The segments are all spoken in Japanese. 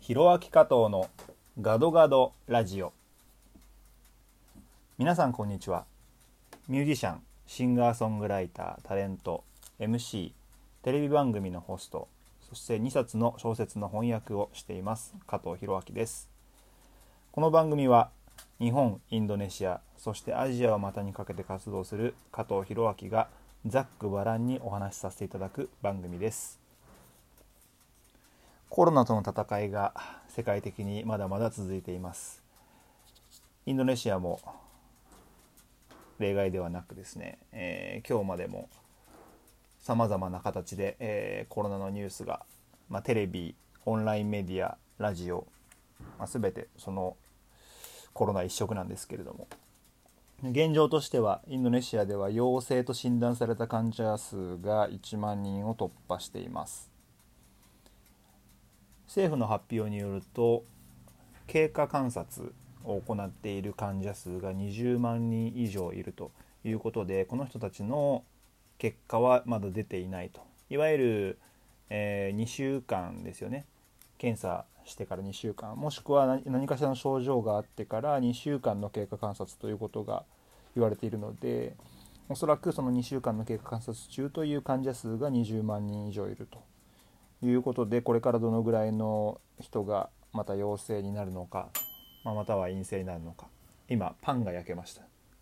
ひろあき加藤のガドガドラジオ。皆さんこんにちは。ミュージシャン、シンガーソングライター、タレント、MC、テレビ番組のホスト、そして2冊の小説の翻訳をしています加藤弘明です。この番組は日本、インドネシア、そしてアジアを股にかけて活動する加藤弘明がざっくばらんにお話しさせていただく番組です。コロナとの戦いが世界的にまだまだ続いています。インドネシアも例外ではなくですね、今日までもさまざまな形で、コロナのニュースが、テレビ、オンラインメディア、ラジオ、全てそのコロナ一色なんですけれども、現状としてはインドネシアでは陽性と診断された患者数が1万人を突破しています。政府の発表によると、経過観察を行っている患者数が20万人以上いるということで、この人たちの結果はまだ出ていないと。いわゆる、2週間ですよね。検査してから2週間、もしくは何かしらの症状があってから2週間の経過観察ということが言われているので、おそらくその2週間の経過観察中という患者数が20万人以上いるということで、これからどのぐらいの人がまた陽性になるのか、または陰性になるのか。今パンが焼けました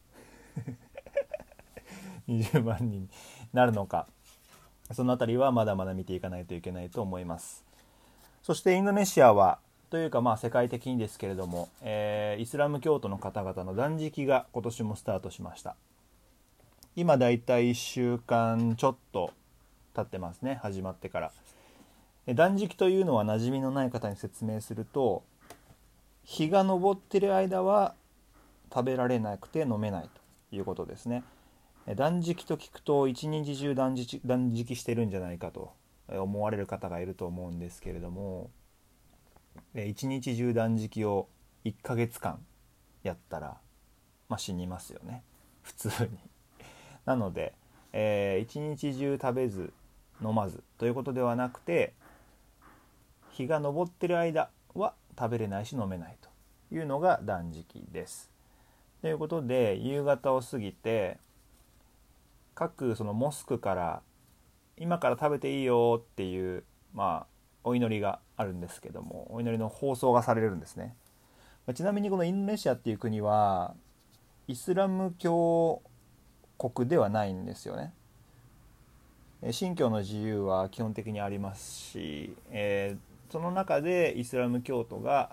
20万人になるのか、そのあたりはまだまだ見ていかないといけないと思います。そしてインドネシアはというか世界的にですけれども、イスラム教徒の方々の断食が今年もスタートしました。今だいたい1週間ちょっと経ってますね、始まってから。断食というのは馴染みのない方に説明すると、日が昇っている間は食べられなくて飲めないということですね。断食と聞くと一日中断食してるんじゃないかと思われる方がいると思うんですけれども、一日中断食を1ヶ月間やったら、死にますよね、普通に。なので、一日中食べず飲まずということではなくて、日が昇ってる間は食べれないし飲めないというのが断食です。ということで、夕方を過ぎて各そのモスクから今から食べていいよっていうお祈りがあるんですけども、お祈りの放送がされるんですね。ちなみにこのインドネシアっていう国はイスラム教国ではないんですよね。信教の自由は基本的にありますし、その中でイスラム教徒が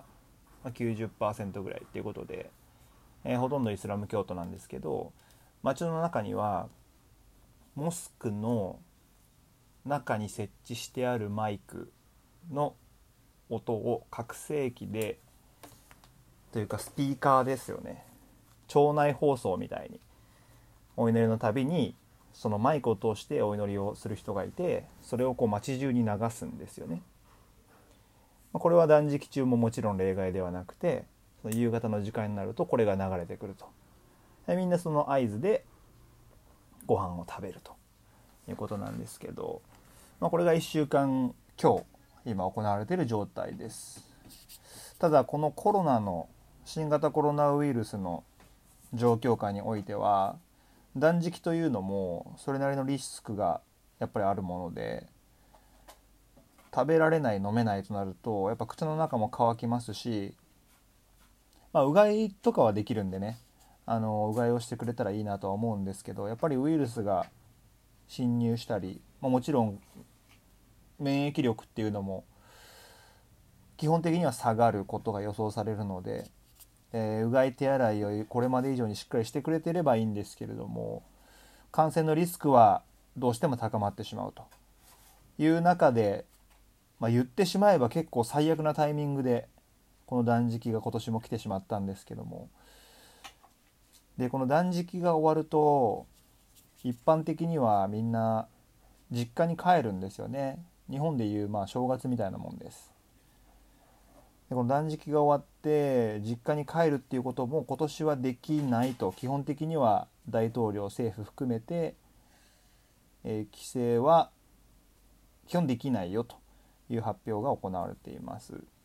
90% ぐらいっていうことで、ほとんどイスラム教徒なんですけど、街の中にはモスクの中に設置してあるマイクの音を拡声器でというかスピーカーですよね、町内放送みたいにお祈りのたびにそのマイクを通してお祈りをする人がいて、それを街中に流すんですよね。これは断食中ももちろん例外ではなくて、その夕方の時間になるとこれが流れてくると。みんなその合図でご飯を食べるということなんですけど、これが1週間今行われている状態です。ただこの新型コロナウイルスの状況下においては、断食というのもそれなりのリスクがやっぱりあるもので、食べられない飲めないとなるとやっぱ口の中も乾きますし、うがいとかはできるんでね、うがいをしてくれたらいいなとは思うんですけど、やっぱりウイルスが侵入したり、もちろん免疫力っていうのも基本的には下がることが予想されるので、うがい手洗いをこれまで以上にしっかりしてくれていればいいんですけれども、感染のリスクはどうしても高まってしまうという中で、言ってしまえば結構最悪なタイミングでこの断食が今年も来てしまったんですけども、でこの断食が終わると一般的にはみんな実家に帰るんですよね。日本でいう正月みたいなもんです。でこの断食が終わって実家に帰るっていうことも今年はできないと、基本的には大統領政府含めて、規制は基本できないよという発表が行われています。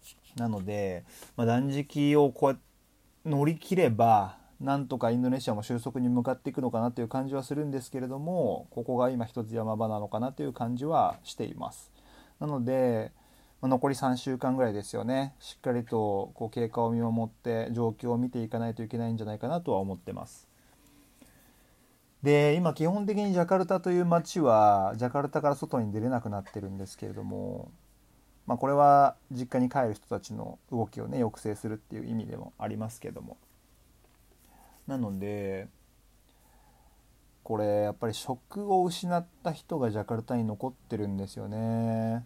なので、断食をこうやって乗り切ればなんとかインドネシアも収束に向かっていくのかなという感じはするんですけれども、ここが今一つ山場なのかなという感じはしています。なので、残り3週間ぐらいですよね。しっかりとこう経過を見守って状況を見ていかないといけないんじゃないかなとは思ってます。で、今基本的にジャカルタという街はジャカルタから外に出れなくなってるんですけれども、これは実家に帰る人たちの動きをね抑制するっていう意味でもありますけども、なのでこれやっぱり職を失った人がジャカルタに残ってるんですよね。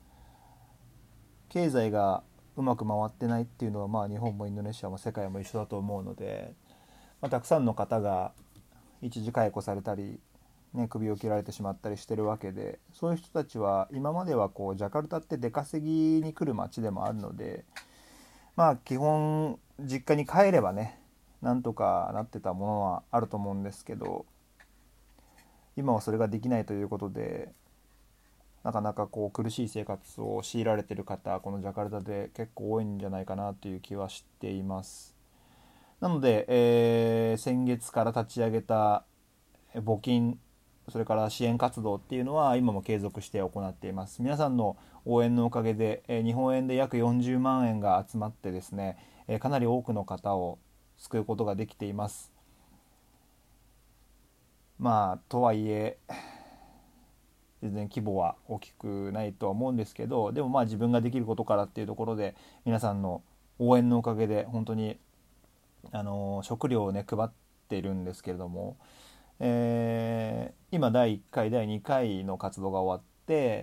経済がうまく回ってないっていうのは日本もインドネシアも世界も一緒だと思うので、たくさんの方が一時解雇されたり、首を切られてしまったりしてるわけで、そういう人たちは今まではこうジャカルタって出稼ぎに来る街でもあるので、基本実家に帰ればねなんとかなってたものはあると思うんですけど、今はそれができないということで、なかなかこう苦しい生活を強いられている方、このジャカルタで結構多いんじゃないかなという気はしています。なので、先月から立ち上げた募金、それから支援活動っていうのは今も継続して行っています。皆さんの応援のおかげで、日本円で約40万円が集まってですね、かなり多くの方を救うことができています。とはいえ全然規模は大きくないとは思うんですけど、でも自分ができることからっていうところで皆さんの応援のおかげで本当に食料をね配っているんですけれども、今第1回第2回の活動が終わって、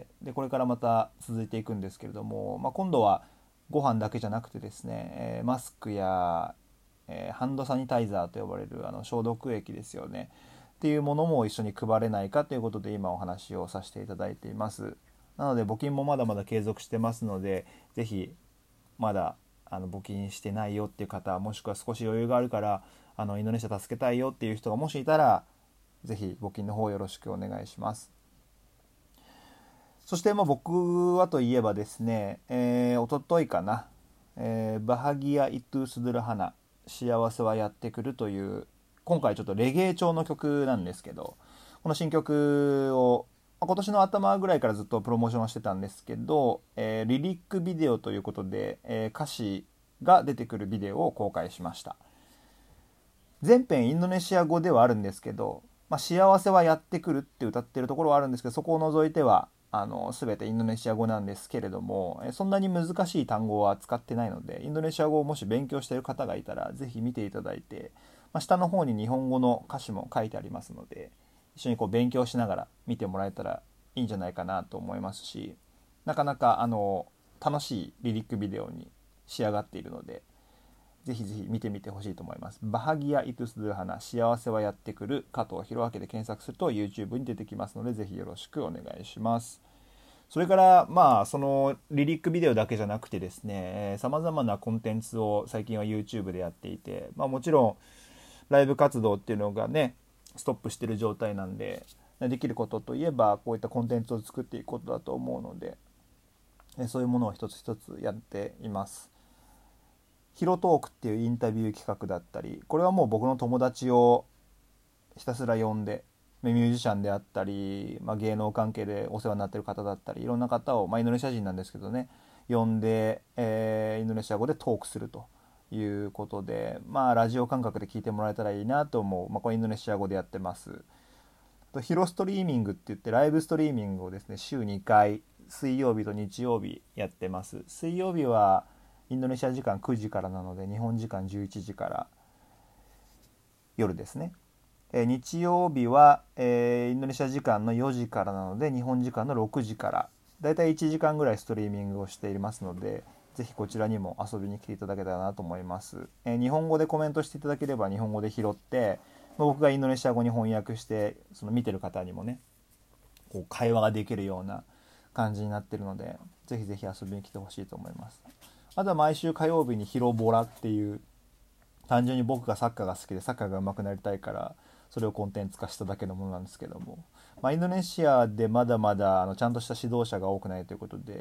でこれからまた続いていくんですけれども、今度はご飯だけじゃなくてですね、マスクや、ハンドサニタイザーと呼ばれる消毒液ですよねっていうものも一緒に配れないかということで今お話をさせていただいています。なので募金もまだまだ継続してますので、ぜひまだ募金してないよっていう方、もしくは少し余裕があるからインドネシア助けたいよっていう人がもしいたら、ぜひ募金の方よろしくお願いします。そして僕はといえばですね、おとといかな、バハギア・イトゥ・スドゥル・ハナ、幸せはやってくるという、今回ちょっとレゲエ調の曲なんですけど、この新曲を今年の頭ぐらいからずっとプロモーションをしてたんですけど、リリックビデオということで、歌詞が出てくるビデオを公開しました。全編インドネシア語ではあるんですけど、幸せはやってくるって歌ってるところはあるんですけど、そこを除いては全てインドネシア語なんですけれども、そんなに難しい単語は使ってないので、インドネシア語をもし勉強している方がいたらぜひ見ていただいて、下の方に日本語の歌詞も書いてありますので、一緒にこう勉強しながら見てもらえたらいいんじゃないかなと思いますし、なかなか楽しいリリックビデオに仕上がっているので、ぜひぜひ見てみてほしいと思います。バハギア・イトゥスドゥハナ、幸せはやってくる、加藤弘明で検索すると YouTube に出てきますので、ぜひよろしくお願いします。それからそのリリックビデオだけじゃなくてですね、様々なコンテンツを最近は YouTube でやっていて、もちろんライブ活動っていうのがねストップしてる状態なんで、できることといえばこういったコンテンツを作っていくことだと思うので、そういうものを一つ一つやっています。ヒロトークっていうインタビュー企画だったり、これはもう僕の友達をひたすら呼んで、ミュージシャンであったり、芸能関係でお世話になっている方だったり、いろんな方を、インドネシア人なんですけどね、呼んで、インドネシア語でトークするということで、ラジオ感覚で聞いてもらえたらいいなと思う、これインドネシア語でやってます。ヒロストリーミングって言ってライブストリーミングをですね週2回水曜日と日曜日やってます。水曜日はインドネシア時間9時からなので日本時間11時から夜ですね。日曜日は、インドネシア時間の4時からなので日本時間の6時から、だいたい1時間ぐらいストリーミングをしていますので、ぜひこちらにも遊びに来ていただけたらなと思います。日本語でコメントしていただければ日本語で拾って、僕がインドネシア語に翻訳して、その見てる方にもねこう会話ができるような感じになってるので、ぜひぜひ遊びに来てほしいと思います。あとは毎週火曜日にヒロボラっていう、単純に僕がサッカーが好きでサッカーが上手くなりたいからそれをコンテンツ化しただけのものなんですけども、インドネシアでまだまだちゃんとした指導者が多くないということで、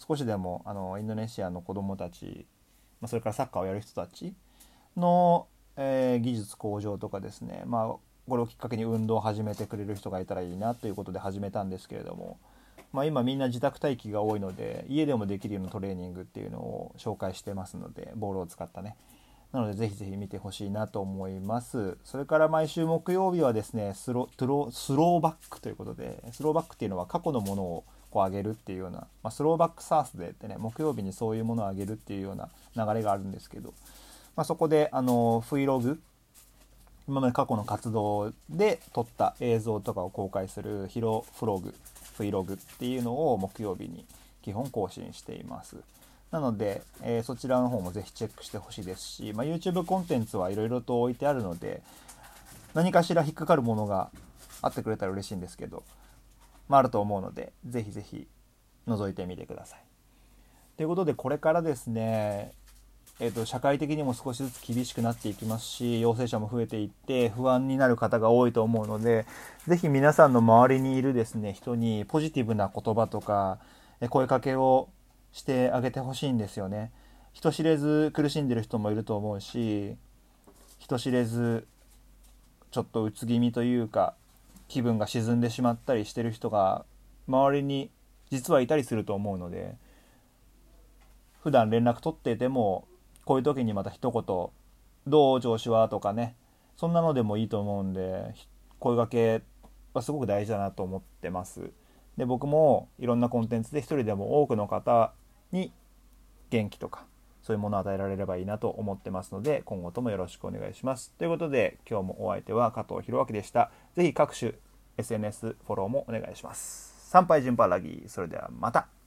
少しでもインドネシアの子どもたち、それからサッカーをやる人たちの、技術向上とかですね、これをきっかけに運動を始めてくれる人がいたらいいなということで始めたんですけれども、今みんな自宅待機が多いので家でもできるようなトレーニングっていうのを紹介してますので、ボールを使ったね、なのでぜひぜひ見てほしいなと思います。それから毎週木曜日はですねスローバックということで、スローバックっていうのは過去のものをこう上げるっていうような、スローバックサースデーってね、木曜日にそういうものを上げるっていうような流れがあるんですけど、そこでVlog、今まで過去の活動で撮った映像とかを公開するヒロフログ、Vlog っていうのを木曜日に基本更新しています。なので、そちらの方もぜひチェックしてほしいですし、YouTube コンテンツはいろいろと置いてあるので、何かしら引っかかるものがあってくれたら嬉しいんですけど、あると思うので、ぜひぜひ覗いてみてください。ということで、これからですね、社会的にも少しずつ厳しくなっていきますし、陽性者も増えていって不安になる方が多いと思うので、ぜひ皆さんの周りにいるですね、人にポジティブな言葉とか声かけをしてあげてほしいんですよね。人知れず苦しんでる人もいると思うし、人知れずちょっとうつ気味というか気分が沈んでしまったりしてる人が周りに実はいたりすると思うので、普段連絡取っててもこういう時にまた一言どう調子はとかね、そんなのでもいいと思うんで、声掛けはすごく大事だなと思ってます。で、僕もいろんなコンテンツで一人でも多くの方に元気とかそういうものを与えられればいいなと思ってますので、今後ともよろしくお願いします。ということで、今日もお相手は加藤弘明でした。ぜひ各種 SNS フォローもお願いします。参拝順パラギー、それではまた。